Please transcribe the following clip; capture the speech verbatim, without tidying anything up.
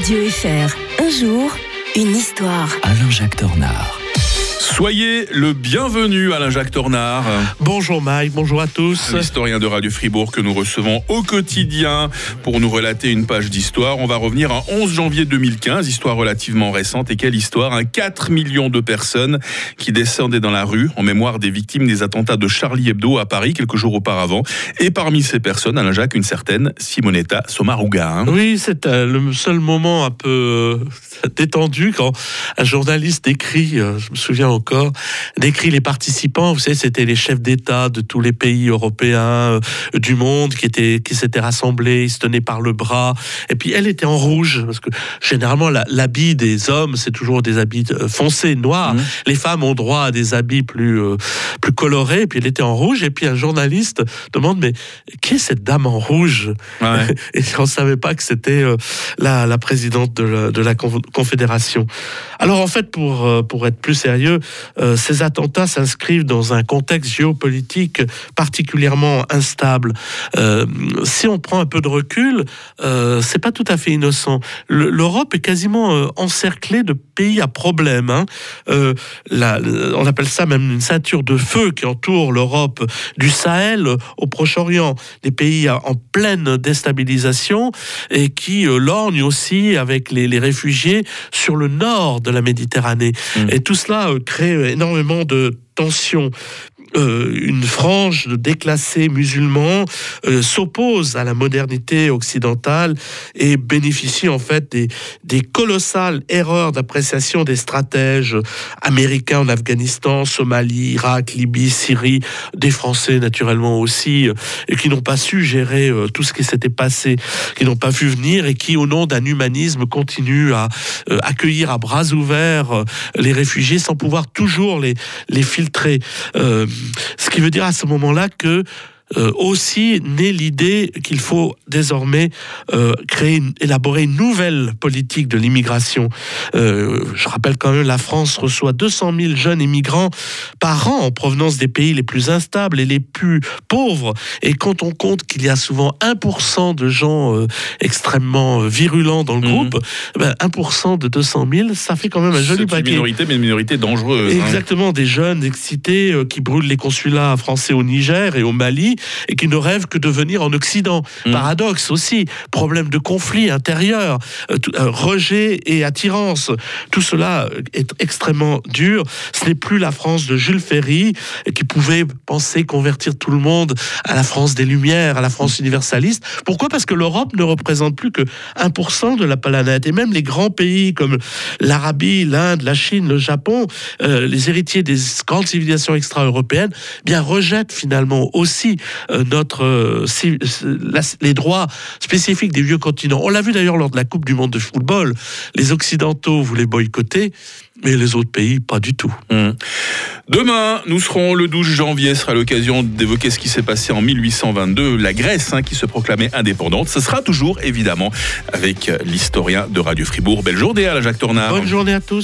Radio F R, un jour, une histoire. Alain-Jacques Tornard. Soyez le bienvenu, Alain-Jacques Tornard. Bonjour Mike, bonjour à tous. L'historien de Radio Fribourg que nous recevons au quotidien pour nous relater une page d'histoire. On va revenir à onze janvier deux mille quinze, histoire relativement récente. Et quelle histoire, hein, quatre millions de personnes qui descendaient dans la rue en mémoire des victimes des attentats de Charlie Hebdo à Paris quelques jours auparavant. Et parmi ces personnes, Alain-Jacques, une certaine Simonetta Sommaruga. Hein. Oui, c'est euh, le seul moment un peu euh, détendu quand un journaliste décrit, euh, je me souviens encore, décrit les participants. Vous savez, c'était les chefs d'État de tous les pays européens euh, du monde qui étaient qui s'étaient rassemblés, ils se tenaient par le bras. Et puis elle était en rouge parce que généralement la, l'habit des hommes c'est toujours des habits euh, foncés, noirs. Mmh. Les femmes ont droit à des habits plus euh, plus colorés. Et puis elle était en rouge. Et puis un journaliste demande mais qui est cette dame en rouge? Ouais. Et on savait pas que c'était euh, la la présidente de la, de la Confédération. Alors en fait pour euh, pour être plus sérieux, Euh, ces attentats s'inscrivent dans un contexte géopolitique particulièrement instable. Euh, si on prend un peu de recul, euh, c'est pas tout à fait innocent. Le, L'Europe est quasiment euh, encerclée de pays à problème. Hein. Euh, la, on appelle ça même une ceinture de feu qui entoure l'Europe, du Sahel au Proche-Orient, des pays en pleine déstabilisation et qui euh, lorgnent aussi avec les, les réfugiés sur le nord de la Méditerranée. Mmh. Et tout cela euh, crée énormément de tensions. Euh, une frange de déclassés musulmans euh, s'oppose à la modernité occidentale et bénéficie en fait des, des colossales erreurs d'appréciation des stratèges américains en Afghanistan, Somalie, Irak, Libye, Syrie, des Français naturellement aussi, euh, et qui n'ont pas su gérer euh, tout ce qui s'était passé, qui n'ont pas vu venir et qui au nom d'un humanisme continuent à euh, accueillir à bras ouverts euh, les réfugiés sans pouvoir toujours les, les filtrer. Euh, Ce qui veut dire à ce moment-là que Euh, aussi naît l'idée qu'il faut désormais euh, créer, une, élaborer une nouvelle politique de l'immigration. Euh, je rappelle quand même, la France reçoit deux cent mille jeunes immigrants par an en provenance des pays les plus instables et les plus pauvres. Et quand on compte qu'il y a souvent un pour cent de gens euh, extrêmement virulents dans le mmh. groupe, ben un pour cent de deux cent mille, ça fait quand même un joli paquet. C'est une minorité, mais une minorité dangereuse. Exactement, hein. Des jeunes excités euh, qui brûlent les consulats français au Niger et au Mali, et qui ne rêvent que de venir en Occident. Mmh. Paradoxe aussi, problème de conflit intérieur, euh, tout, euh, rejet et attirance. Tout cela est extrêmement dur. Ce n'est plus la France de Jules Ferry qui pouvait penser convertir tout le monde à la France des Lumières, à la France universaliste. Pourquoi ? Parce que l'Europe ne représente plus que un pour cent de la planète. Et même les grands pays comme l'Arabie, l'Inde, la Chine, le Japon, euh, les héritiers des grandes civilisations extra-européennes, bien rejettent finalement aussi euh, notre euh, si, la, les droits spécifiques des vieux continents. On l'a vu d'ailleurs lors de la Coupe du Monde de football. Les Occidentaux voulaient boycotter, mais les autres pays, pas du tout. Mmh. Demain, nous serons le douze janvier, ce sera l'occasion d'évoquer ce qui s'est passé en mille huit cent vingt-deux, la Grèce hein, qui se proclamait indépendante. Ce sera toujours, évidemment, avec l'historien de Radio Fribourg. Belle journée à la Jacques Tornard. Bonne journée à tous.